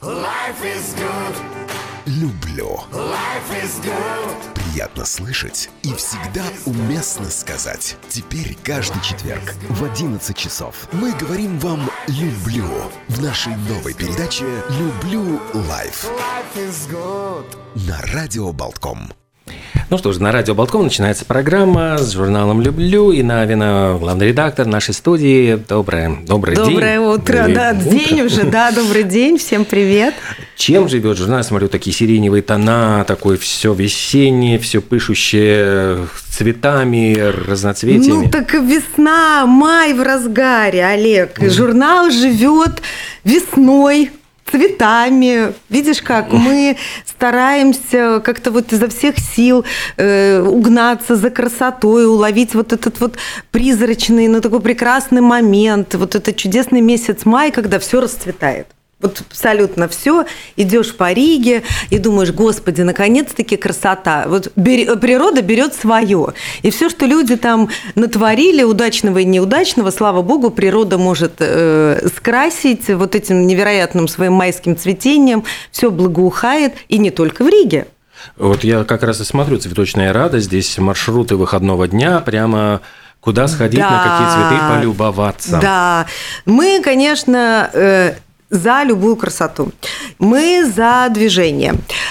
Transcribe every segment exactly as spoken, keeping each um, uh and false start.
Life is good. Люблю. Life is good. Приятно слышать и всегда уместно сказать. Теперь каждый четверг в одиннадцать часов мы говорим вам «люблю» в нашей новой передаче «Люблю лайф» Life is good. на радио Болтком. Ну что ж, на радио Болтком начинается программа с журналом «Люблю». И Навина, главный редактор нашей студии. Доброе, добрый день. Доброе утро, Или да, утро. день уже, да, добрый день, всем привет. Чем живет журнал? Смотрю, такие сиреневые тона, такое все весеннее, все пышущее цветами, разноцветиями. Ну так весна, май в разгаре, Олег. Mm. Журнал живет весной, цветами. Видишь, как мы стараемся как-то вот изо всех сил э, угнаться за красотой, уловить вот этот вот призрачный, но такой прекрасный момент, вот этот чудесный месяц май, когда все расцветает. Вот абсолютно все. Идешь по Риге и думаешь, господи, наконец-таки красота. Вот бер... природа берет свое. И все, что люди там натворили, удачного и неудачного, слава богу, природа может э, скрасить вот этим невероятным своим майским цветением. Все благоухает, и не только в Риге. Вот я как раз и смотрю «Цветочная Рада». Здесь маршруты выходного дня прямо... Куда сходить, да, на какие цветы полюбоваться. Да, мы, конечно... Э, за любую красоту. Мы за движение.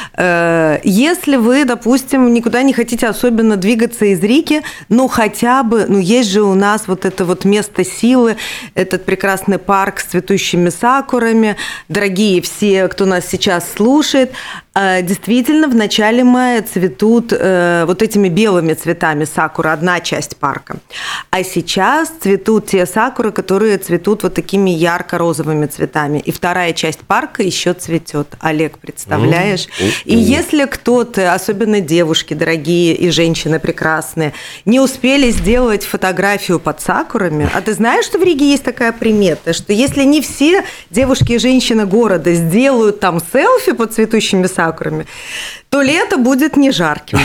Если вы, допустим, никуда не хотите особенно двигаться из Риги, ну хотя бы, ну есть же у нас вот это вот место силы, этот прекрасный парк с цветущими сакурами. Дорогие все, кто нас сейчас слушает, действительно, в начале мая цветут вот этими белыми цветами сакуры, одна часть парка. А сейчас цветут те сакуры, которые цветут вот такими ярко-розовыми цветами. И вторая часть парка еще цветет. Олег, представляешь? Mm-hmm. И если кто-то, особенно девушки дорогие и женщины прекрасные, не успели сделать фотографию под сакурами, а ты знаешь, что в Риге есть такая примета, что если не все девушки и женщины города сделают там селфи под цветущими сакурами, то лето будет не жарким.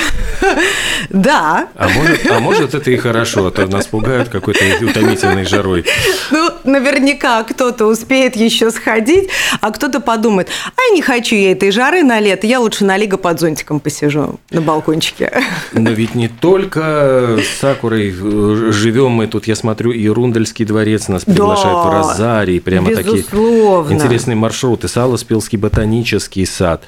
Да. А может, а может, это и хорошо, а то нас пугают какой-то утомительной жарой. Ну, наверняка кто-то успеет еще сходить, а кто-то подумает, а не хочу я этой жары на лето, я лучше на Лиго под зонтиком посижу на балкончике. Но ведь не только с сакурой живем мы тут, я смотрю, и Рундельский дворец нас приглашает, да, в Розарий, прямо безусловно. Такие интересные маршруты, Саласпилский ботанический сад.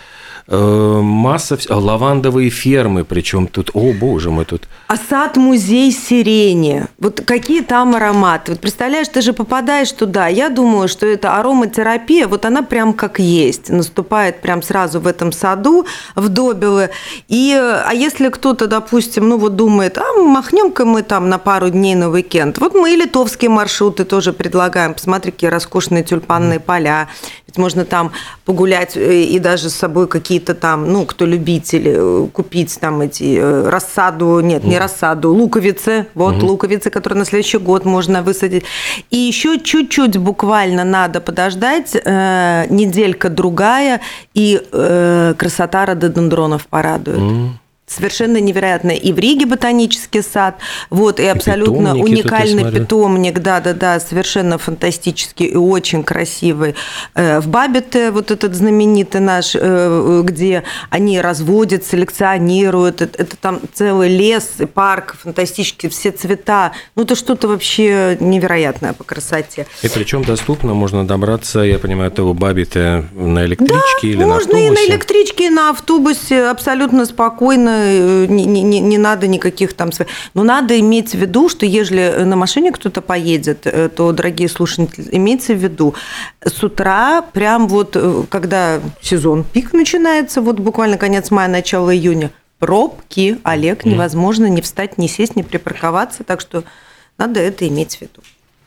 Масса, лавандовые фермы, причем тут, о боже мой, тут. А сад-музей сирени, вот какие там ароматы. Вот представляешь, ты же попадаешь туда, я думаю, что это ароматерапия, вот она прям как есть, наступает прям сразу в этом саду, в Добеле. И, а если кто-то, допустим, ну вот думает, а махнем-ка мы там на пару дней на уикенд, вот мы и литовские маршруты тоже предлагаем, посмотри, какие роскошные тюльпанные поля, ведь можно там погулять и даже с собой какие какие-то там, ну, кто любитель, купить там эти рассаду, нет, не рассаду, луковицы, вот угу. луковицы, которые на следующий год можно высадить. И еще чуть-чуть буквально надо подождать, э, неделька-другая, и э, красота рододендронов порадует. Угу. Совершенно невероятно. И в Риге ботанический сад, вот, и абсолютно и уникальный питомник, да-да-да, совершенно фантастический и очень красивый. В Бабите, вот этот знаменитый наш, где они разводят, селекционируют, это, это там целый лес и парк фантастический, все цвета, ну, это что-то вообще невероятное по красоте. И причем доступно, можно добраться, я понимаю, от того Бабите на электричке, да, или на автобусе? Можно и на электричке, и на автобусе, абсолютно спокойно. Не, не, не надо никаких там... Но надо иметь в виду, что если на машине кто-то поедет, то, дорогие слушатели, имейте в виду, с утра, прям вот, когда сезон пик начинается, вот буквально конец мая, начало июня, пробки, Олег, невозможно не встать, не сесть, не припарковаться, так что надо это иметь в виду.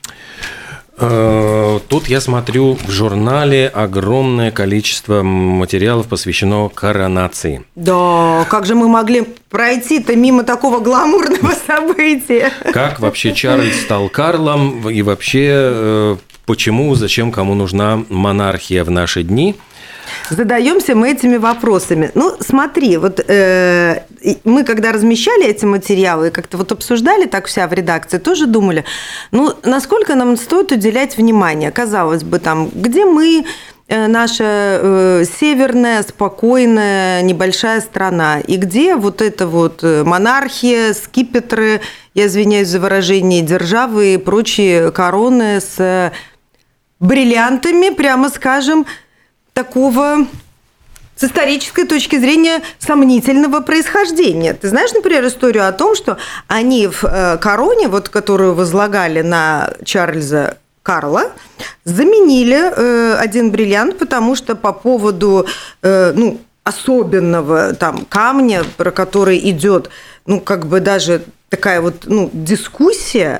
Тут я смотрю, в журнале огромное количество материалов посвящено коронации. Да, как же мы могли пройти-то мимо такого гламурного события? Как вообще Чарльз стал Карлом и вообще почему, зачем, кому нужна монархия в наши дни? Задаемся мы этими вопросами. Ну, смотри, вот э, мы когда размещали эти материалы и как-то вот обсуждали так вся в редакции, тоже думали, ну, насколько нам стоит уделять внимание. Казалось бы, там, где мы, наша северная, спокойная, небольшая страна, и где вот эта вот монархия, скипетры, я извиняюсь за выражение, державы и прочие короны с бриллиантами, прямо скажем, такого... с исторической точки зрения сомнительного происхождения. Ты знаешь, например, историю о том, что они в короне, вот, которую возлагали на Чарльза Карла, заменили один бриллиант, потому что по поводу ну, особенного там, камня, про который идет, ну, как бы даже такая вот ну, дискуссия,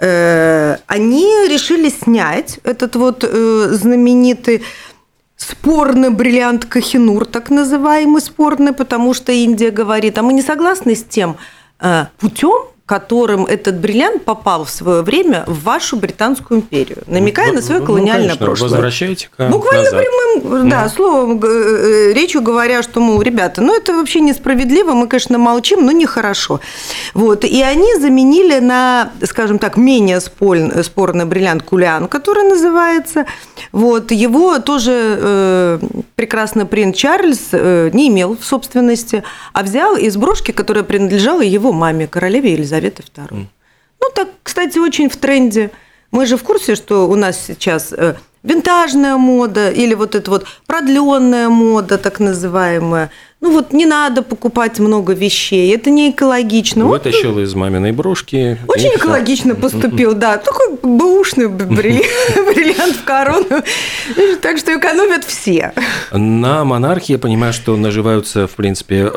они решили снять этот вот знаменитый спорный бриллиант Кохинур, так называемый спорный, потому что Индия говорит, а мы не согласны с тем э, путем, которым этот бриллиант попал в свое время в вашу Британскую империю, намекая ну, на свое колониальное ну, конечно, прошлое. Возвращайте-ка буквально назад. прямым да, словом, речью говоря, что, мол, ребята, ну это вообще несправедливо, мы, конечно, молчим, но нехорошо. Вот. И они заменили на, скажем так, менее спорный бриллиант Кулиан, который называется. Вот. Его тоже э, прекрасный принц Чарльз э, не имел в собственности, а взял из брошки, которая принадлежала его маме, королеве Елизавете второй. Mm. Ну, так, кстати, очень в тренде. Мы же в курсе, что у нас сейчас э, винтажная мода или вот эта вот продленная мода, так называемая. Ну, вот не надо покупать много вещей, это не экологично. Вытащил вот, из маминой брошки. Очень экологично поступил, да. Такой бэушный бриллиант в корону. Так что экономят все. На монархии, я понимаю, что наживаются, в принципе,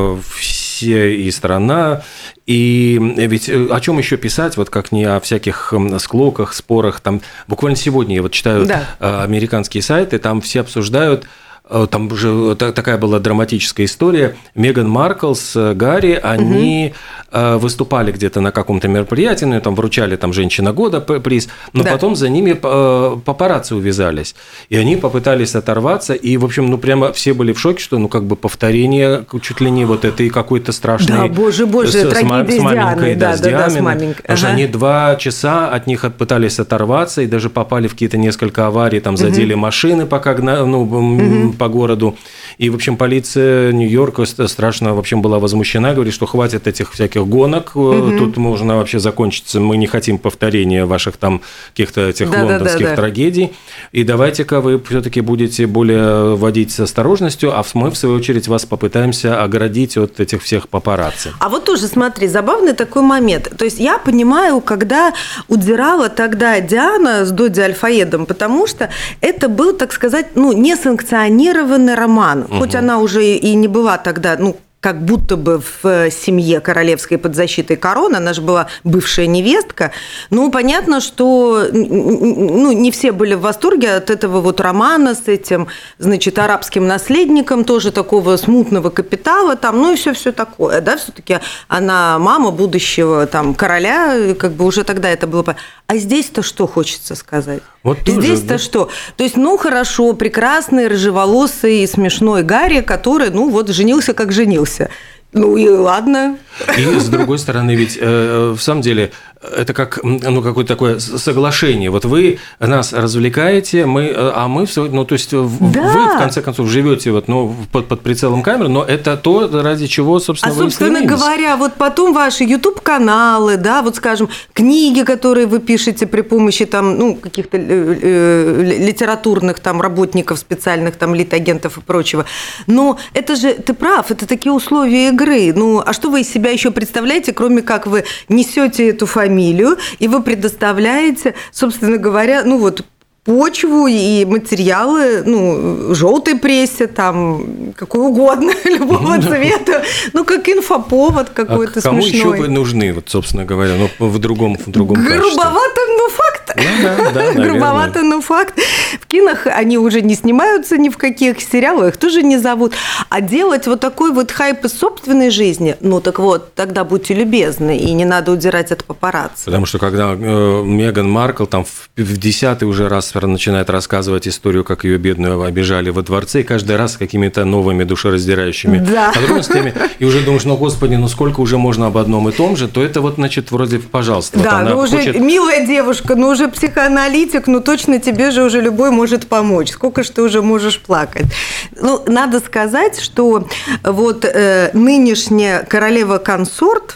все и страна. И ведь о чем еще писать, вот как не о всяких склоках, спорах. Там буквально сегодня я вот читаю да. американские сайты, там все обсуждают. Там уже такая была драматическая история. Меган Маркл с Гарри, они угу. выступали где-то на каком-то мероприятии, ну, там вручали там «Женщина года» приз, но да. потом за ними папарацци увязались. И они попытались оторваться, и, в общем, ну, прямо все были в шоке, что, ну, как бы повторение чуть ли не вот этой какой-то страшной... Да, боже, боже, с, трагедия с маменькой, с да, да, с да, да, Дианой. с маменькой. Потому что ага. они два часа от них пытались оторваться, и даже попали в какие-то несколько аварий, там задели угу. машины, пока ну, угу. по городу. И, в общем, полиция Нью-Йорка страшно, в общем, была возмущена, говорит, что хватит этих всяких гонок, угу. тут можно вообще закончиться, мы не хотим повторения ваших там каких-то этих да, лондонских да, да, да. трагедий, и давайте-ка вы все-таки будете более водить с осторожностью, а мы, в свою очередь, вас попытаемся оградить от этих всех папарацци. А вот тоже, смотри, забавный такой момент. То есть я понимаю, когда удирала тогда Диана с Доди Альфаедом, потому что это был, так сказать, ну, несанкционированный роман. Угу. Хоть она уже и не была тогда, ну, как будто бы в семье королевской под защитой короны, она же была бывшая невестка. Ну, понятно, что ну, не все были в восторге от этого вот романа с этим, значит, арабским наследником, тоже такого смутного капитала, там, ну и все-все такое, да, все-таки она мама будущего там короля, как бы уже тогда это было... А здесь-то что хочется сказать? Вот здесь-то да? что? То есть, ну, хорошо, прекрасный, рыжеволосый и смешной Гарри, который, ну, вот, женился как женился. Ну и ладно. И с другой стороны, ведь э, в самом деле это как ну, какое-то такое соглашение. Вот вы нас развлекаете, мы, а мы, ну то есть да. вы в конце концов живете вот, ну, под, под прицелом камеры, но это то, ради чего, собственно, а, вы собственно стремились. говоря, вот потом ваши YouTube-каналы, да, вот скажем, книги, которые вы пишете при помощи там, ну, каких-то литературных там работников специальных, там, литагентов и прочего. Но это же, ты прав, это такие условия игры. Ну, а что вы из себя еще представляете, кроме как вы несете эту фамилию, и вы предоставляете, собственно говоря, ну вот почву и материалы, ну, желтой прессе, там, какой угодно, любого цвета, ну, как инфоповод какой-то а кому смешной. Кому еще вы нужны, вот, собственно говоря, ну, в другом, в другом качестве? Грубовато, но факт. Ну, да, да, наверное. Грубовато, но факт. В кинах они уже не снимаются ни в каких сериалах, их тоже не зовут. А делать вот такой вот хайп из собственной жизни, ну, так вот, тогда будьте любезны, и не надо удирать от папарацци. Потому что когда э, Меган Маркл там в, в десятый уже раз начинает рассказывать историю, как ее бедную обижали во дворце, и каждый раз с какими-то новыми душераздирающими да. подробностями, и уже думаешь, ну, господи, ну сколько уже можно об одном и том же, то это вот, значит, вроде, пожалуйста. Да, вот ну уже, хочет... милая девушка, ну уже психоаналитик, ну точно тебе же уже любой может помочь? Сколько ж ты уже можешь плакать? Ну, надо сказать, что вот э, нынешняя королева-консорт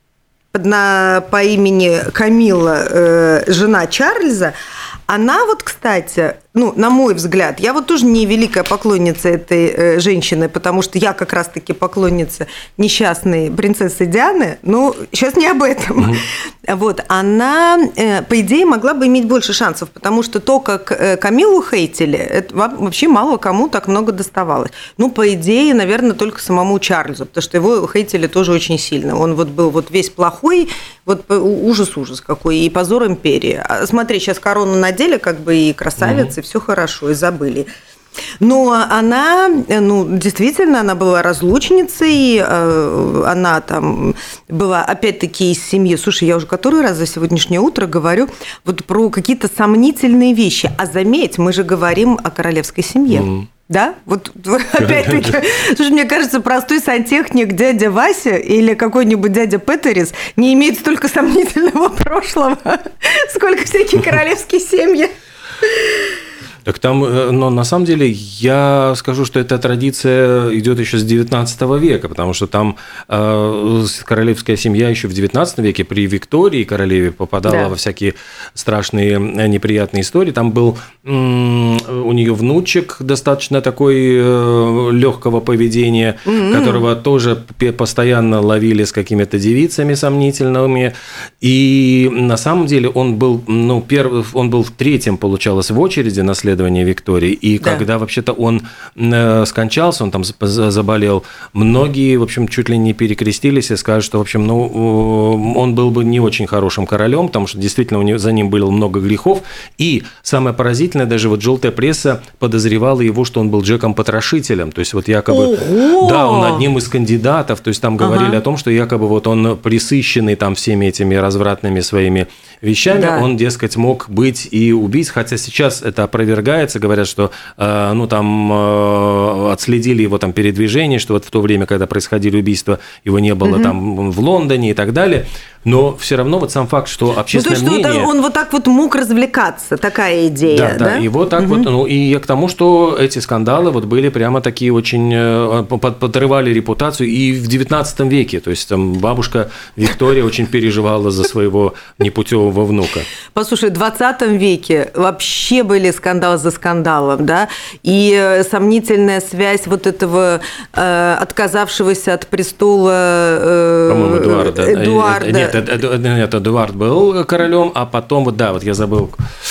на, по имени Камилла, э, жена Чарльза, она вот, кстати, ну, на мой взгляд, я вот тоже не великая поклонница этой э, женщины, потому что я как раз-таки поклонница несчастной принцессы Дианы, но сейчас не об этом. Mm-hmm. Вот, она, э, по идее, могла бы иметь больше шансов, потому что то, как э, Камиллу хейтили, это вообще мало кому так много доставалось. Ну, по идее, наверное, только самому Чарльзу, потому что его хейтили тоже очень сильно. Он вот был вот весь плохой, вот ужас-ужас какой, и позор империи. А смотри, сейчас корону надели, как бы и красавица, mm-hmm. все хорошо, и забыли. Но она, ну, действительно, она была разлучницей, она там была, опять-таки, из семьи. Слушай, я уже который раз за сегодняшнее утро говорю вот про какие-то сомнительные вещи. А заметь, мы же говорим о королевской семье. Mm. Да? Вот опять-таки, слушай, мне кажется, простой сантехник дядя Вася или какой-нибудь дядя Петерис не имеет столько сомнительного прошлого, сколько всякие королевские семьи. Так там, но на самом деле я скажу, что эта традиция идет еще с девятнадцатого века, потому что там э, королевская семья еще в девятнадцатом веке при Виктории королеве попадала да. во всякие страшные неприятные истории. Там был э, у нее внучек достаточно такой э, легкого поведения, mm-hmm. которого тоже постоянно ловили с какими-то девицами сомнительными. И на самом деле он был, ну, первый, он был в третьем, получалось, в очереди наследования Виктории, и да. когда вообще-то он э, скончался, он там заболел, многие, в общем, чуть ли не перекрестились и скажут, что, в общем, ну, он был бы не очень хорошим королем, потому что действительно у него, за ним было много грехов, и самое поразительное, даже вот желтая пресса подозревала его, что он был Джеком-потрошителем, то есть вот якобы, Ого! да, он одним из кандидатов, то есть там говорили ага. о том, что якобы вот он присыщенный там всеми этими развратными своими вещами, да. он, дескать, мог быть и убийцей, хотя сейчас это опровергается, говорят, что ну, там, отследили его там передвижение, что вот в то время, когда происходили убийства, его не было угу. там в Лондоне и так далее. Но все равно вот сам факт, что общественное ну, то, что мнение... он вот так вот мог развлекаться, такая идея, да? Да, да, и вот так угу. вот, ну, и к тому, что эти скандалы вот были прямо такие очень... подрывали репутацию и в девятнадцатом веке, то есть там бабушка Виктория очень переживала за своего непутевого внука. Послушай, в двадцатом веке вообще были скандалы за скандалом, да, и сомнительная связь вот этого э, отказавшегося от престола э, По-моему, Эдуарда. Эдуарда. Нет, нет, Эдуард был королем, а потом, вот да, вот я забыл.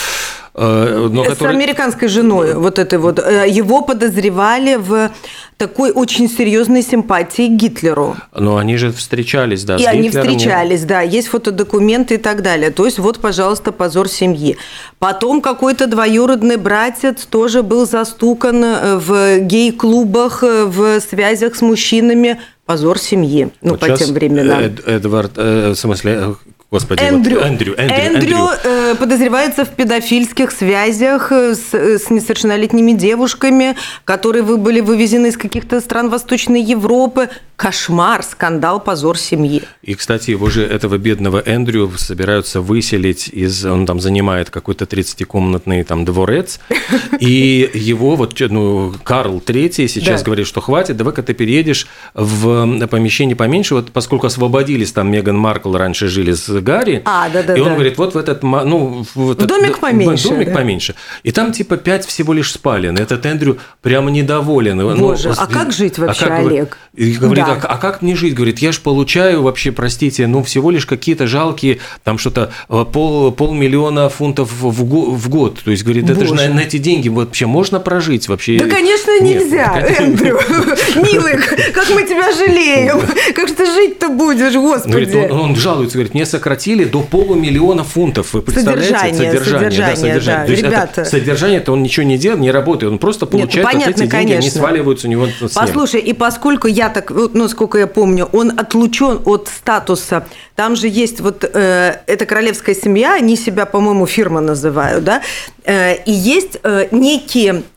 Но который... С американской женой, вот этой вот, его подозревали в такой очень серьезной симпатии к Гитлеру. Но они же встречались, да, и с Гитлером. И они встречались, да, есть фотодокументы и так далее. То есть вот, пожалуйста, позор семьи. Потом какой-то двоюродный братец тоже был застукан в гей-клубах, в связях с мужчинами. Позор семьи, ну, вот по тем временам. Эд, Эдвард, э, в смысле... Господи, Эндрю. Вот, Эндрю, Эндрю, Эндрю, Эндрю э, подозревается в педофильских связях с, с несовершеннолетними девушками, которые были вывезены из каких-то стран Восточной Европы. Кошмар, скандал, позор семьи. И, кстати, его же, этого бедного Эндрю, собираются выселить из... Он там занимает какой-то тридцатикомнатный там дворец, и его вот, ну, Карл третий сейчас да. говорит, что хватит, давай-ка ты переедешь в помещение поменьше, вот поскольку освободились там Меган Маркл, раньше жили с Гарри, а, да, да, и он да. говорит, вот в этот, ну... В, этот, домик поменьше. Домик да. поменьше. И там типа пять всего лишь спален. Этот Эндрю прямо недоволен. Боже, ну, а как жить вообще, а как, Олег? И говорит, да. а, а как мне жить? Говорит, я же получаю вообще, простите, ну всего лишь какие-то жалкие, там что-то пол, полмиллиона фунтов в, го, в год. То есть, говорит, Боже. это же на, на эти деньги вообще можно прожить вообще? Да, конечно, нельзя, Нет, Эндрю. Милый, как мы тебя жалеем. Как же ты жить-то будешь, Господи. Говорит, он, он жалуется, говорит, мне сократили до полумиллиона фунтов. Вы представляете? Содержание, содержание, содержание, да, содержание. да. То есть Ребята. Это, содержание-то он ничего не делает, не работает, он просто получает Нет, понятно, вот эти деньги, конечно. Они сваливаются у него с Послушай, и поскольку я так, ну, сколько я помню, он отлучен от статуса, там же есть вот э, эта королевская семья, они себя, по-моему, фирма называют, да, э, и есть э, некие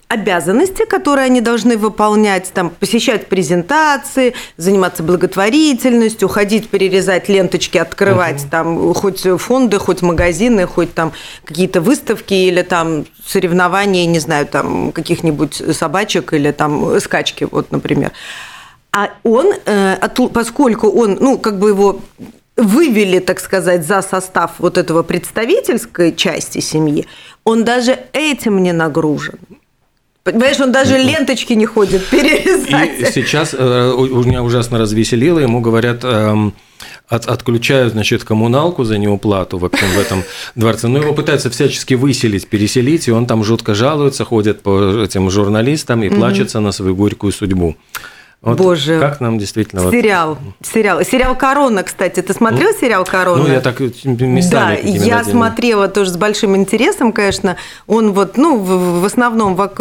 обязанности, которые они должны выполнять, там, посещать презентации, заниматься благотворительностью, ходить, перерезать ленточки, открывать угу. там хоть фонды, хоть магазины, хоть там какие-то выставки или там соревнования, не знаю, там каких-нибудь собачек или там скачки, вот, например. А он, поскольку он, ну, как бы его вывели, так сказать, за состав вот этого представительской части семьи, он даже этим не нагружен. Понимаешь, он даже ленточки не ходит перерезать. И сейчас э, меня ужасно развеселило, ему говорят, э, от, отключают, значит, коммуналку за неуплату в, в этом дворце, но его пытаются всячески выселить, переселить, и он там жутко жалуется, ходит по этим журналистам и плачется на свою горькую судьбу. Вот Боже, как нам действительно... Сериал, вот... сериал. Сериал «Корона», кстати. Ты смотрел ну, сериал «Корона»? Ну, я так местами... Да, я смотрела тоже с большим интересом, конечно. Он вот, ну, в, в основном в,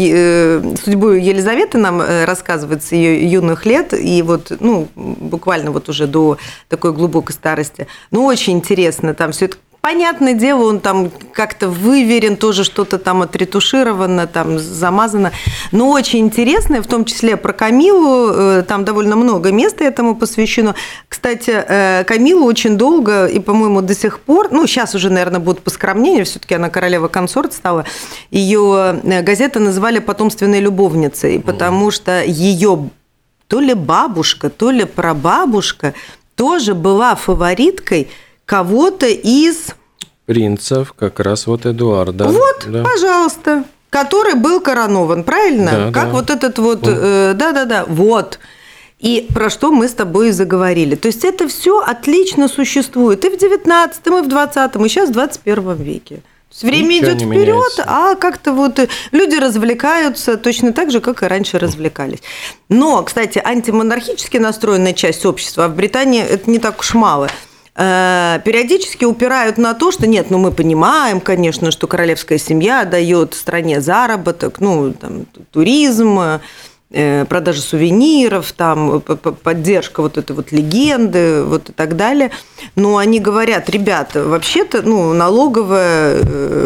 э, судьбу Елизаветы нам рассказывает с ее юных лет, и вот, ну, буквально вот уже до такой глубокой старости. Ну, очень интересно там все это. Понятное дело, он там как-то выверен, тоже что-то там отретушировано, там замазано. Но очень интересное, в том числе про Камилу, там довольно много места этому посвящено. Кстати, Камилу очень долго и, по-моему, до сих пор, ну, сейчас уже, наверное, будут поскромнее, все-таки она королева-консорт стала, ее газеты называли потомственной любовницей, потому что ее то ли бабушка, то ли прабабушка тоже была фавориткой кого-то из... Принцев, как раз вот Эдуарда. Вот, да. Пожалуйста. Который был коронован, правильно? Да, как да. вот этот вот... Э, да-да-да, вот. И про что мы с тобой и заговорили. То есть это все отлично существует и в девятнадцатом, и в двадцатом, и сейчас в двадцать первом веке. Время Ничего идет вперед, а как-то вот люди развлекаются точно так же, как и раньше развлекались. Но, кстати, антимонархически настроенная часть общества, а в Британии это не так уж мало, периодически упирают на то, что нет, ну мы понимаем, конечно, что королевская семья дает стране заработок, ну, там, туризм, продажа сувениров, там, поддержка вот этой вот легенды, вот и так далее. Но они говорят, ребята, вообще-то, ну, налоговое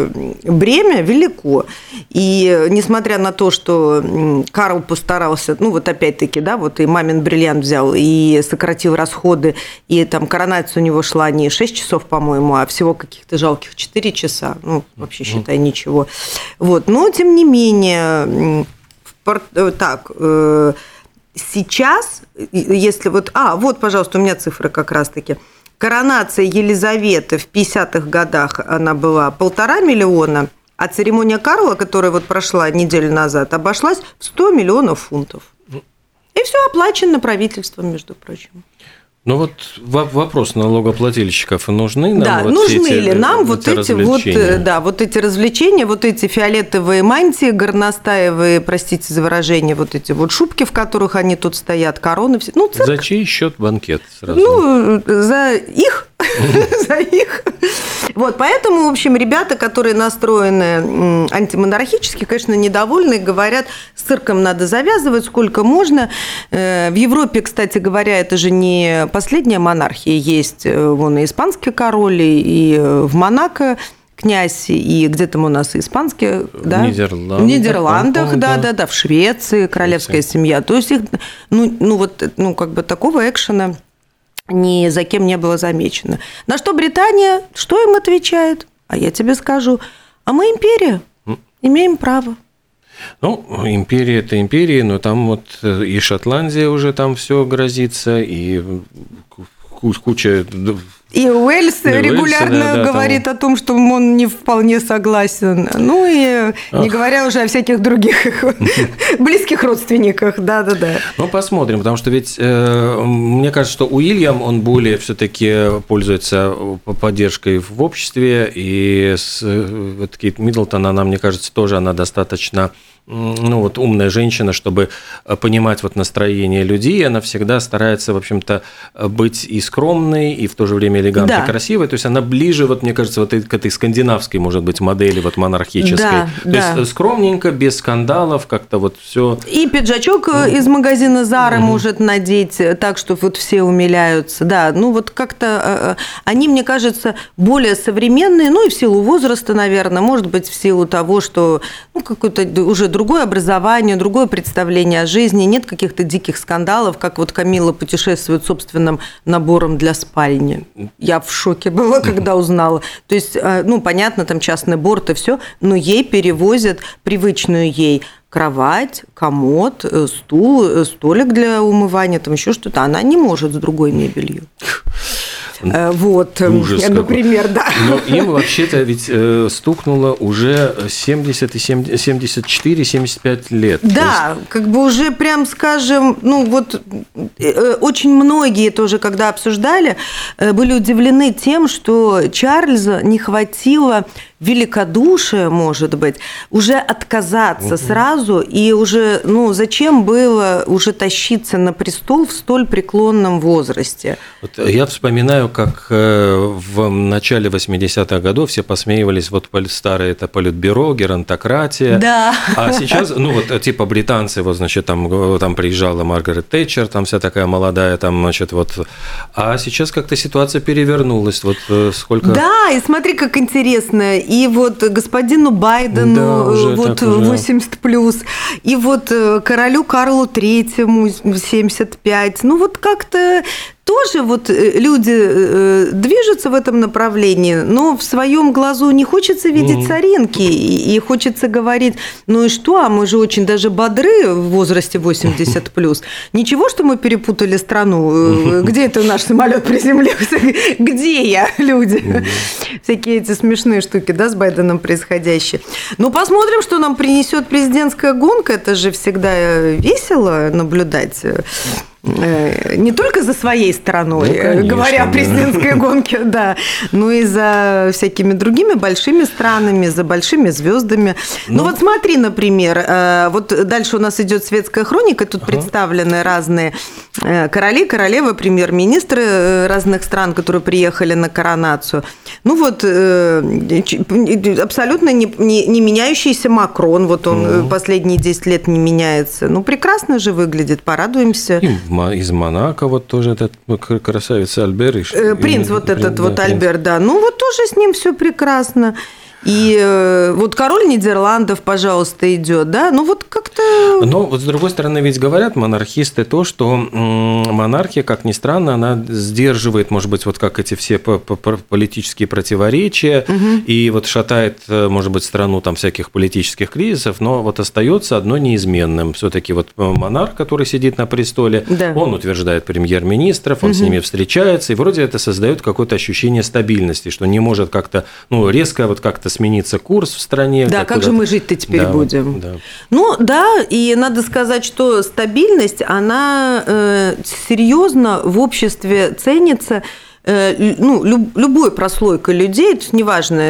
бремя велико. И несмотря на то, что Карл постарался, ну, вот опять-таки, да, вот и мамин бриллиант взял, и сократил расходы, и там коронация у него шла не шесть часов, по-моему, а всего каких-то жалких четыре часа. Ну, вообще, считай, ничего. Вот. Но, тем не менее... Так, сейчас, если вот... А, вот, пожалуйста, у меня цифры как раз-таки. Коронация Елизаветы в пятидесятых годах, она была полтора миллиона, а церемония Карла, которая вот прошла неделю назад, обошлась в сто миллионов фунтов. И все оплачено правительством, между прочим. Ну вот вопрос налогоплательщиков нужны нам? Да, вот нужны эти, ли нам эти вот эти вот, да, вот эти развлечения, вот эти фиолетовые мантии, горностаевые, простите за выражение, вот эти вот шубки, в которых они тут стоят, короны, все. Ну, цирк. За чей счет банкет сразу? Ну, за их, за их. Вот, поэтому, в общем, ребята, которые настроены антимонархически, конечно, недовольны, говорят, с цирком надо завязывать, сколько можно. В Европе, кстати говоря, это же не последняя монархия, есть вон и испанский король, и в Монако князь, и где там у нас и испанский, да? В Нидерландах. В Нидерландах, да, да, да, в Швеции королевская семья. То есть их, ну, ну вот, ну, как бы такого экшена ни за кем не было замечено. На что Британия, что им отвечает? А я тебе скажу, а мы империя, имеем право. Ну, империя – это империя, но там вот и Шотландия уже там все грозится, и куча... И Уэльс да, регулярно Уэльс, да, да, говорит там... о том, что он не вполне согласен. Ну, и Ах. не говоря уже о всяких других близких родственниках. Да-да-да. Ну, посмотрим, потому что ведь э, мне кажется, что Уильям, он более все-таки пользуется поддержкой в обществе, и с, вот Кейт Миддлтон, она, мне кажется, тоже она достаточно... ну, вот умная женщина, чтобы понимать вот настроение людей, она всегда старается, в общем-то, быть и скромной, и в то же время элегантной, да. красивой, то есть она ближе, вот, мне кажется, вот к этой скандинавской, может быть, модели вот монархической, да, то да. есть скромненько, без скандалов, как-то вот все. И пиджачок mm. из магазина Зара mm-hmm. может надеть так, что вот все умиляются, да, ну вот как-то они, мне кажется, более современные, ну и в силу возраста, наверное, может быть, в силу того, что ну, какой-то уже другое образование, другое представление о жизни, нет каких-то диких скандалов, как вот Камилла путешествует собственным набором для спальни. Я в шоке была, когда узнала. То есть, ну, понятно, там частный борт и все, но ей перевозят привычную ей кровать, комод, стул, столик для умывания, там еще что-то. Она не может с другой мебелью. Вот, ужас например, какой. Да. Но им вообще-то ведь э, стукнуло уже семьдесят и семьдесят четыре - семьдесят пять лет. Да, есть... как бы уже прям, скажем, ну вот э, очень многие тоже, когда обсуждали, э, были удивлены тем, что Чарльза не хватило великодушия, может быть, уже отказаться угу. сразу, и уже, ну, зачем было уже тащиться на престол в столь преклонном возрасте? Вот я вспоминаю, как в начале восьмидесятых годов все посмеивались, вот старое это политбюро, геронтократия, да. А сейчас, ну, вот типа британцы, вот, значит, там, там приезжала Маргарет Тэтчер, там вся такая молодая, там, значит, вот, а сейчас как-то ситуация перевернулась, вот сколько... Да, и смотри, как интересно, и вот господину Байдену да, вот восемьдесят плюс, и вот королю Карлу Третьему семьдесят пять. Ну вот как-то тоже вот люди движутся в этом направлении, но в своем глазу не хочется видеть mm-hmm. соринки, и хочется говорить, ну и что, а мы же очень даже бодры в возрасте восемьдесят плюс. Ничего, что мы перепутали страну. Где это наш самолет приземлился? Где я, люди? Mm-hmm. Всякие эти смешные штуки, да, с Байденом происходящие. Ну, посмотрим, что нам принесет президентская гонка. Это же всегда весело наблюдать. Не только за своей стороной, ну, конечно, говоря о президентской да. гонке, да, но и за всякими другими большими странами, за большими звездами. Ну, ну вот смотри, например, вот дальше у нас идет светская хроника, тут ага. представлены разные короли, королевы, премьер-министры разных стран, которые приехали на коронацию. Ну вот абсолютно не, не, не меняющийся Макрон, вот он угу. последние десять лет не меняется. Ну, прекрасно же выглядит, порадуемся. Из Монако вот тоже этот красавец Альбер. Принц вот этот да, вот Альбер, да. Ну вот тоже с ним все прекрасно. И э, вот король Нидерландов, пожалуйста, идет, да, ну вот как-то... Но вот с другой стороны ведь говорят монархисты то, что монархия, как ни странно, она сдерживает, может быть, вот как эти все политические противоречия, угу. и вот шатает, может быть, страну там всяких политических кризисов, но вот остается одно неизменным. Все-таки вот монарх, который сидит на престоле, да. он утверждает премьер-министров, он угу. с ними встречается, и вроде это создает какое-то ощущение стабильности, что не может как-то, ну, резко вот как-то смениться курс в стране. Да, как же мы жить-то теперь да, будем? Да. Ну да, и надо сказать, что стабильность, она э, серьезно в обществе ценится. Ну, любой прослойкой людей, это неважно,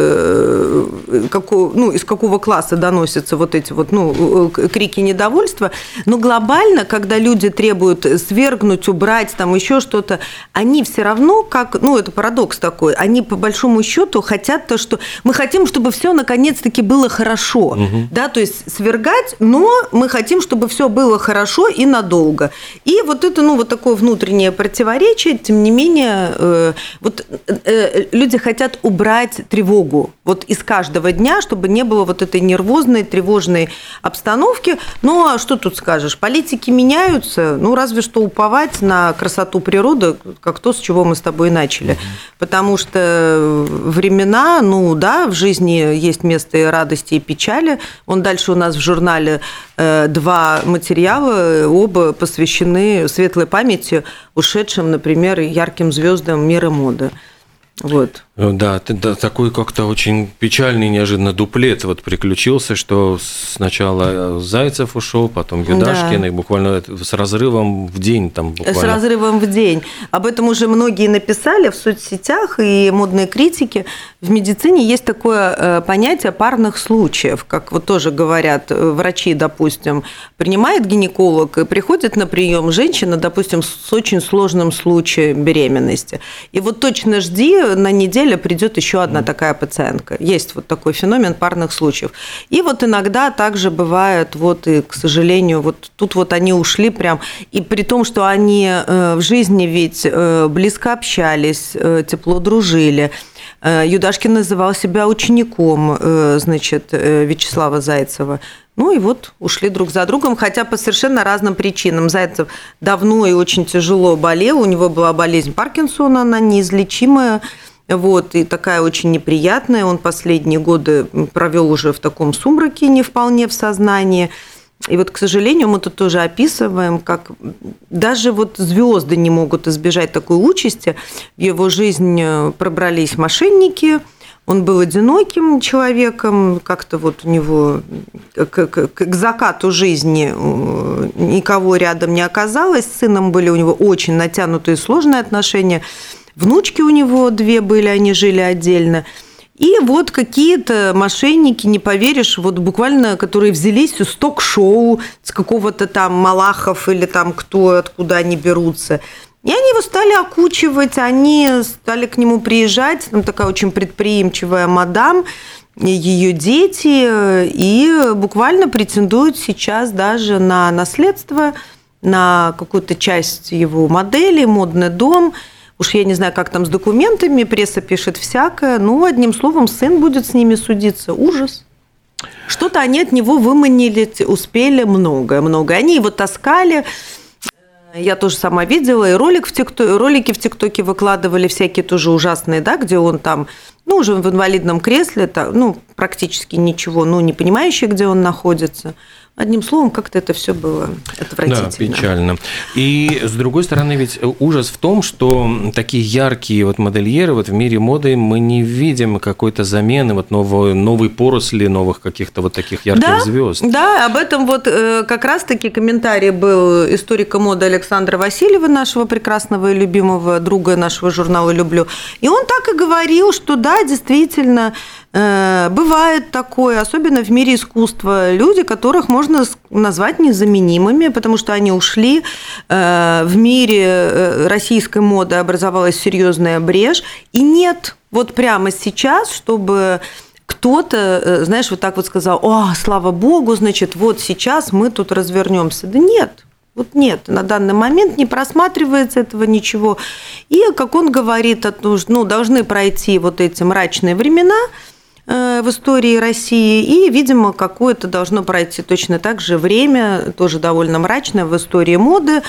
какого, ну, из какого класса доносятся вот эти вот, ну, крики недовольства, но глобально, когда люди требуют свергнуть, убрать, там еще что-то, они все равно, как, ну, это парадокс такой, они по большому счету хотят то, что мы хотим, чтобы все наконец-таки было хорошо, угу. да, то есть свергать, но мы хотим, чтобы все было хорошо и надолго. И вот это, ну, вот такое внутреннее противоречие, тем не менее, вот люди хотят убрать тревогу вот из каждого дня, чтобы не было вот этой нервозной, тревожной обстановки. Ну, а что тут скажешь? Политики меняются, ну, разве что уповать на красоту природы, как то, с чего мы с тобой начали. Потому что времена, ну, да, в жизни есть место и радости, и печали. Вон дальше у нас в журнале два материала, оба посвящены светлой памяти ушедшим, например, ярким звездам мира моды. Вот. Да, да, такой как-то очень печальный неожиданно дуплет вот приключился, что сначала Зайцев ушел, потом Юдашкин, да. и буквально с разрывом в день. Там буквально... С разрывом в день. Об этом уже многие написали в соцсетях и модные критики. В медицине есть такое понятие парных случаев, как вот тоже говорят врачи, допустим, принимает гинеколог и приходит на прием женщина, допустим, с очень сложным случаем беременности. И вот точно жди, на неделю придет еще одна такая пациентка. Есть вот такой феномен парных случаев. И вот иногда также бывает, вот и, к сожалению, вот тут вот они ушли прям, и при том, что они в жизни ведь близко общались, тепло дружили. Юдашкин называл себя учеником, значит, Вячеслава Зайцева. Ну и вот ушли друг за другом, хотя по совершенно разным причинам. Зайцев давно и очень тяжело болел, у него была болезнь Паркинсона, она неизлечимая, вот, и такая очень неприятная. Он последние годы провел уже в таком сумраке, не вполне в сознании. И вот, к сожалению, мы тут тоже описываем, как даже вот звезды не могут избежать такой участи. В его жизнь пробрались мошенники. Он был одиноким человеком, как-то вот у него к, к, к закату жизни никого рядом не оказалось. С сыном были у него очень натянутые сложные отношения. Внучки у него две были, они жили отдельно. И вот какие-то мошенники, не поверишь, вот буквально, которые взялись с ток-шоу, с какого-то там Малахов или там кто, откуда они берутся. И они его стали окучивать, они стали к нему приезжать, там такая очень предприимчивая мадам, ее дети, и буквально претендуют сейчас даже на наследство, на какую-то часть его модели, модный дом. Уж я не знаю, как там с документами, пресса пишет всякое, но, одним словом, сын будет с ними судиться. Ужас. Что-то они от него выманили, успели многое-многое. Они его таскали. Я тоже сама видела, и ролик в ТикТоке, ролики в ТикТоке выкладывали всякие тоже ужасные, да, где он там, ну, уже в инвалидном кресле, так, ну, практически ничего, ну, не понимающий, где он находится. Одним словом, как-то это все было отвратительно. Да, печально. И, с другой стороны, ведь ужас в том, что такие яркие вот модельеры вот в мире моды мы не видим какой-то замены, вот новой, новой поросли, новых каких-то вот таких ярких да, звезд. Да, об этом вот как раз-таки комментарий был историка моды Александра Васильева, нашего прекрасного и любимого друга нашего журнала «Люблю». И он так и говорил, что да, действительно, бывает такое, особенно в мире искусства, люди, которых можно назвать незаменимыми, потому что они ушли. В мире российской моды образовалась серьезная брешь. И нет вот прямо сейчас, чтобы кто-то, знаешь, вот так вот сказал: «О, слава богу, значит, вот сейчас мы тут развернемся». Да нет. Вот нет, на данный момент не просматривается этого ничего. И, как он говорит, ну, должны пройти вот эти мрачные времена в истории России, и, видимо, какое-то должно пройти точно так же время, тоже довольно мрачное в истории моды,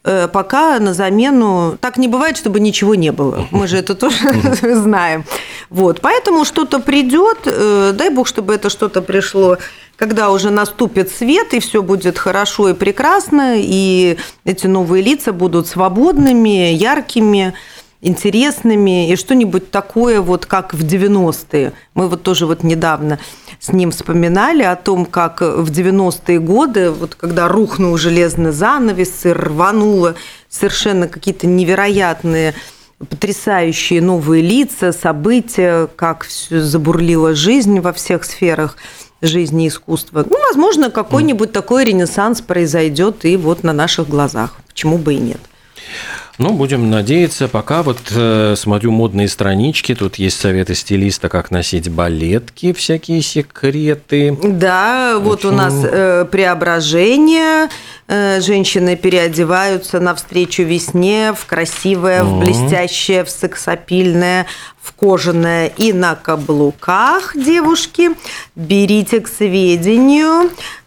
пока на замену... Так не бывает, чтобы ничего не было. Мы же это тоже знаем. Вот. Поэтому что-то придет, дай бог, чтобы это что-то пришло, когда уже наступит свет, и все будет хорошо и прекрасно, и эти новые лица будут свободными, яркими, интересными, и что-нибудь такое, вот как в девяностые. Мы вот тоже вот недавно с ним вспоминали о том, как в девяностые годы, вот когда рухнул железный занавес, и рвануло совершенно какие-то невероятные, потрясающие новые лица, события, как все забурлила жизнь во всех сферах жизни и искусства. Ну, возможно, какой-нибудь такой ренессанс произойдет и вот на наших глазах. Почему бы и нет? Ну, будем надеяться. Пока вот э, смотрю модные странички, тут есть советы стилиста, как носить балетки, всякие секреты. Да, очень... вот у нас э, преображение. Э, женщины переодеваются навстречу весне в красивое, mm-hmm. в блестящее, в сексапильное, в кожаное и на каблуках, девушки. Берите к сведению.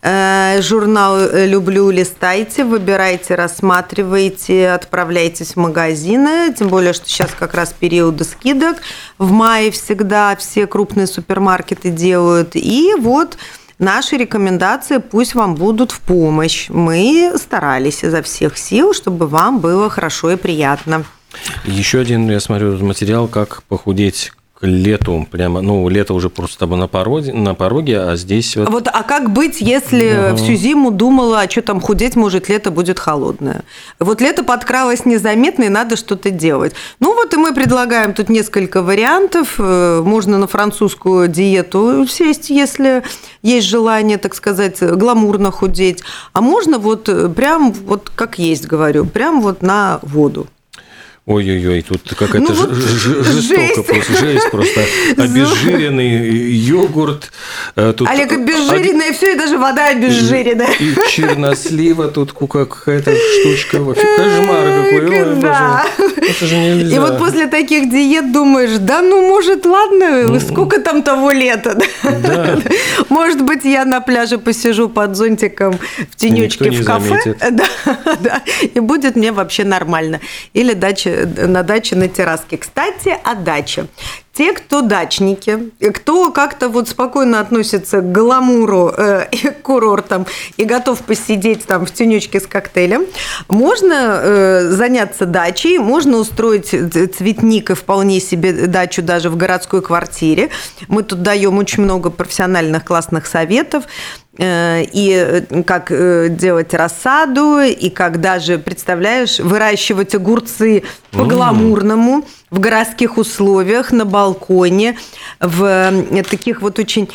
Э, журнал «Люблю», листайте, выбирайте, рассматривайте, отправляйтесь в магазины. Тем более, что сейчас как раз периоды скидок. В мае всегда все крупные супермаркеты делают. И вот наши рекомендации пусть вам будут в помощь. Мы старались изо всех сил, чтобы вам было хорошо и приятно. Еще один, я смотрю, материал, как похудеть к лету. Прямо, ну, лето уже просто на пороге, на пороге, а здесь вот... Вот, а как быть, если ага. всю зиму думала, а что там худеть, может, лето будет холодное? Вот лето подкралось незаметно, и надо что-то делать. Ну, вот и мы предлагаем тут несколько вариантов. Можно на французскую диету сесть, если есть желание, так сказать, гламурно худеть. А можно вот прям, вот как есть, говорю, прям вот на воду. Ой-ой-ой, тут какая-то Ну, вот жестоко просто, жесть просто. Обезжиренный йогурт. Тут Олег, обезжиренное все, и даже вода обезжиренная. И чернослива тут какая-то штучка. Вообще кошмар какой. Ой, Да. боже. Это же нельзя. И вот после таких диет думаешь, да ну, может, ладно, сколько там того лета? Да. Может быть, я на пляже посижу под зонтиком в тенечке Никто не в кафе, заметит. да, да, и будет мне вообще нормально. Или дача, на даче на терраске. Кстати, о даче. Те, кто дачники, кто как-то вот спокойно относится к гламуру э, и к курортам и готов посидеть там в тенечке с коктейлем, можно э, заняться дачей, можно устроить цветник и вполне себе дачу даже в городской квартире. Мы тут даем очень много профессиональных классных советов. И как делать рассаду, и как даже, представляешь, выращивать огурцы по-гламурному в городских условиях, на балконе, в таких вот очень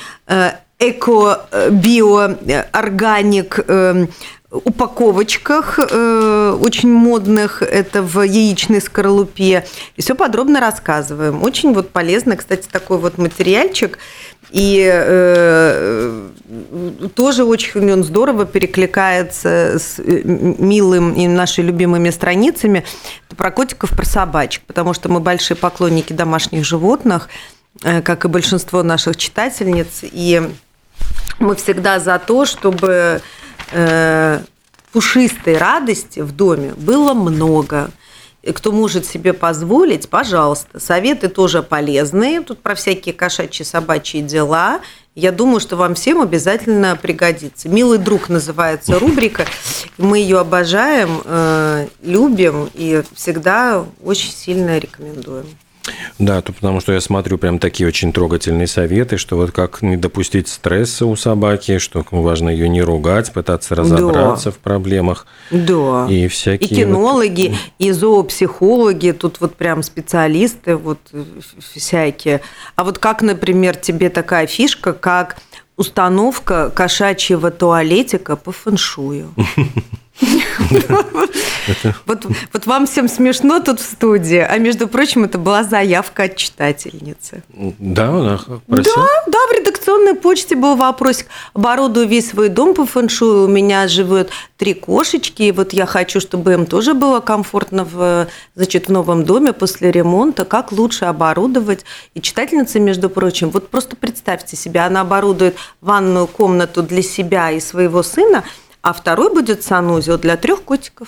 эко-био-органик упаковочках очень модных, это в яичной скорлупе. И все подробно рассказываем. Очень вот полезно, кстати, такой вот материальчик. И э, тоже очень он здорово перекликается с милым и нашими любимыми страницами про котиков, про собачек, потому что мы большие поклонники домашних животных, э, как и большинство наших читательниц, и мы всегда за то, чтобы э, пушистой радости в доме было много. Кто может себе позволить, пожалуйста. Советы тоже полезные. Тут про всякие кошачьи, собачьи дела. Я думаю, что вам всем обязательно пригодится. «Милый друг» называется рубрика. Мы ее обожаем, любим и всегда очень сильно рекомендуем. Да, то потому что я смотрю прям такие очень трогательные советы, что вот как не допустить стресса у собаки, что важно ее не ругать, пытаться разобраться да. в проблемах. Да. И всякие. И кинологи, вот... и зоопсихологи, тут вот прям специалисты вот всякие. А вот как, например, тебе такая фишка, как установка кошачьего туалетика по фэншую? Вот, вот вам всем смешно тут в студии, а между прочим, это была заявка от читательницы. Да, она просила? Да, да, в редакционной почте был вопросик. Оборудую весь свой дом по фэншую, у меня живут три кошечки, и вот я хочу, чтобы им тоже было комфортно в, значит, в новом доме после ремонта. Как лучше оборудовать? И читательница, между прочим, вот просто представьте себе, она оборудует ванную комнату для себя и своего сына, а второй будет санузел для трех котиков.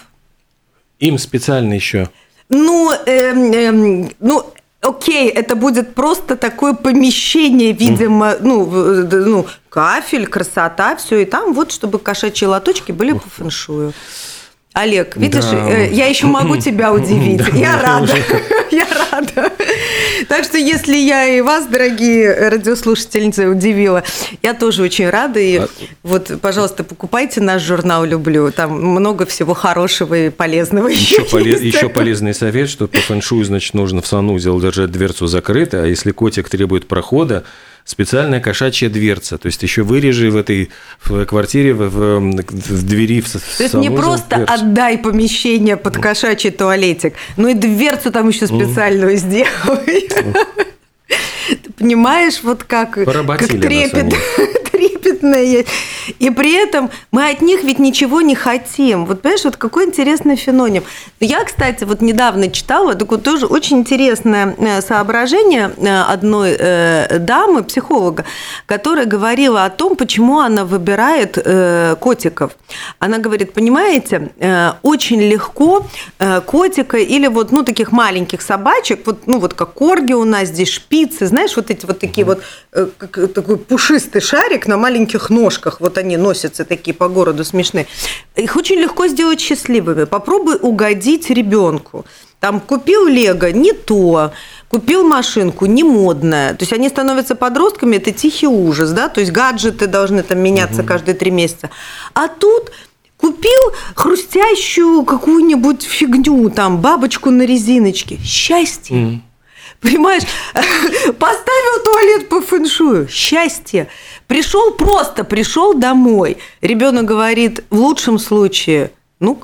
Им специально еще. Ну, эм, эм, ну, окей, это будет просто такое помещение, видимо, mm. ну, ну, кафель, красота, все, и там вот, чтобы кошачьи лоточки были по фэншую. Олег, видишь, да. я еще могу тебя удивить. Да, я рада. Я рада. Так что, если я и вас, дорогие радиослушательницы, удивила, я тоже очень рада. И а... вот, пожалуйста, покупайте наш журнал «Люблю». Там много всего хорошего и полезного. Еще, полез... еще полезный совет, что по фэншую, значит, нужно в санузел держать дверцу закрытой, а если котик требует прохода, специальная кошачья дверца, то есть еще вырежи в этой в квартире, в, в, в двери, в санузел. То есть не просто дверцу. Отдай помещение под кошачий туалетик, но и дверцу там еще специальную mm. сделай. Mm. Ты понимаешь, вот как, как трепет, трепетное. И при этом мы от них ведь ничего не хотим. Вот понимаешь, вот какой интересный феномен. Я, кстати, вот недавно читала такое тоже очень интересное соображение одной дамы, психолога, которая говорила о том, почему она выбирает котиков. Она говорит, понимаете, очень легко котика или вот, ну, таких маленьких собачек, вот, ну, вот как корги у нас здесь, шпицы, знаешь, вот эти вот такие вот, как, такой пушистый шарик на маленьких ножках, вот они носятся такие по городу смешные. Их очень легко сделать счастливыми. Попробуй угодить ребенку. Там купил лего, не то, купил машинку, не модная. То есть они становятся подростками, это тихий ужас, да, то есть гаджеты должны там меняться угу. каждые три месяца. А тут купил хрустящую какую-нибудь фигню, там, бабочку на резиночке. Счастье. Угу. Понимаешь, поставил туалет по фэншую, счастье. Пришел просто, пришел домой. Ребенок говорит, в лучшем случае, ну как,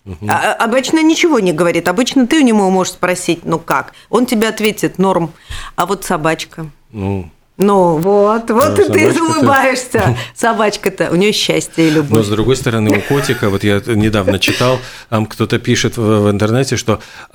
Угу. А, обычно ничего не говорит. Обычно ты у него можешь спросить, ну как? Он тебе ответит, норм. А вот собачка. Ну... Ну вот, вот и ты улыбаешься. Собачка-то, у нее счастье и любовь. Но с другой стороны, у котика, вот я недавно читал, там кто-то пишет в, в интернете, что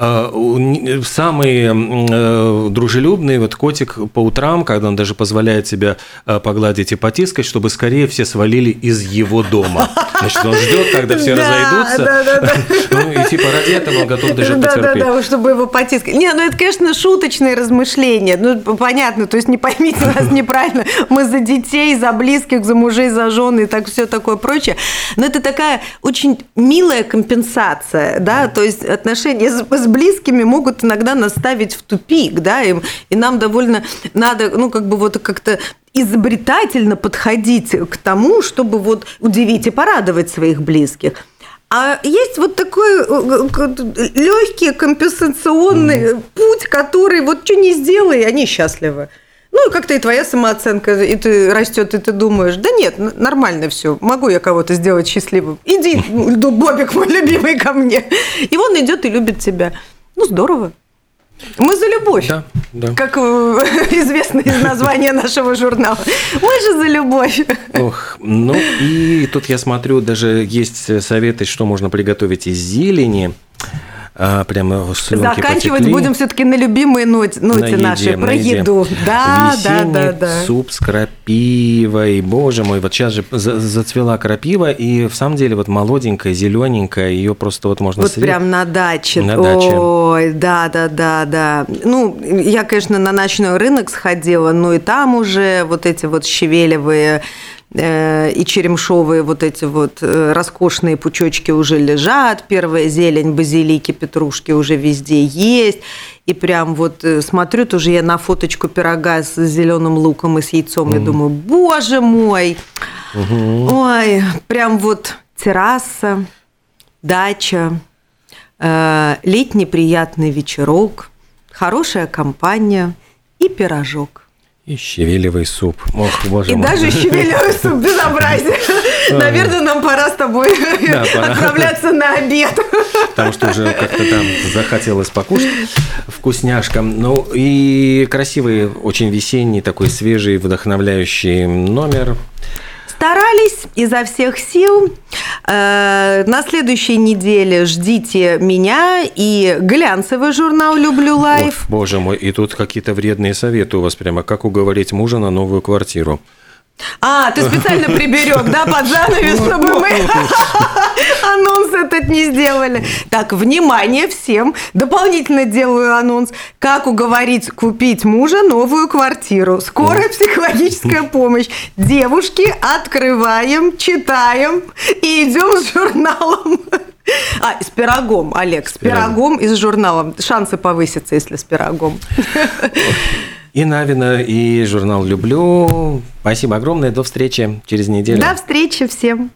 э, самый э, дружелюбный вот котик по утрам, когда он даже позволяет себя э, погладить и потискать, чтобы скорее все свалили из его дома. Значит, он ждет, когда все разойдутся. Да, да, да. Ну и типа ради этого он готов даже потерпеть. Да, да, да, чтобы его потискать. Не, ну это, конечно, шуточные размышления. Ну, понятно, то есть не поймите нас неправильно. Мы за детей, за близких, за мужей, за жены и так все такое прочее. Но это такая очень милая компенсация, да, то есть отношения с, с близкими могут иногда нас ставить в тупик, да, и, и нам довольно надо, ну, как бы вот как-то изобретательно подходить к тому, чтобы вот удивить и порадовать своих близких. А есть вот такой легкий компенсационный mm. путь, который вот что не сделай, они счастливы. Ну, и как-то и твоя самооценка, и ты растет, и ты думаешь, да нет, нормально все, могу я кого-то сделать счастливым. Иди, Бобик мой любимый, ко мне. И он идет и любит тебя. Ну, здорово. Мы за любовь, да, да. Как известно из названия нашего журнала. Мы же за любовь. Ох, ну и тут я смотрю, даже есть советы, что можно приготовить из зелени. А, прямо слюнки Заканчивать потекли. Будем все-таки на любимые ноте, ноте на еде, наши, про еде. еду. Да, Весенний да, да, да. суп с крапивой. Боже мой, вот сейчас же зацвела крапива, и в самом деле вот молоденькая, зелененькая, ее просто вот можно вот съесть. прям на даче. На даче. Ой, да, да, да, да. Ну, я, конечно, на ночной рынок сходила, но и там уже вот эти вот щавелевые и черемшовые вот эти вот роскошные пучочки уже лежат, первая зелень базилики, петрушки уже везде есть, и прям вот смотрю тоже я на фоточку пирога с зеленым луком и с яйцом, mm. и думаю, боже мой, mm-hmm. ой, прям вот терраса, дача, летний приятный вечерок, хорошая компания и пирожок. И щавелевый суп. Ох, боже и мой. даже щавелевый суп безобразие. Наверное, нам пора с тобой да, отправляться на обед. Потому что уже как-то там захотелось покушать вкусняшкам. Ну и красивый, очень весенний, такой свежий, вдохновляющий номер. Старались изо всех сил. На следующей неделе ждите меня и глянцевый журнал «Люблю лайф». Ох, боже мой, и тут какие-то вредные советы у вас прямо. Как уговорить мужа на новую квартиру? А, ты специально приберег, да, под занавес, чтобы мы анонс этот не сделали. Так, внимание всем, дополнительно делаю анонс. Как уговорить купить мужа новую квартиру? Скорая психологическая помощь. Девушки, открываем, читаем и идем с журналом. А, с пирогом, Олег, с, с пирогом. пирогом и с журналом. Шансы повысятся, если с пирогом. И Навина, и журнал «Люблю». Спасибо огромное. До встречи через неделю. До встречи всем.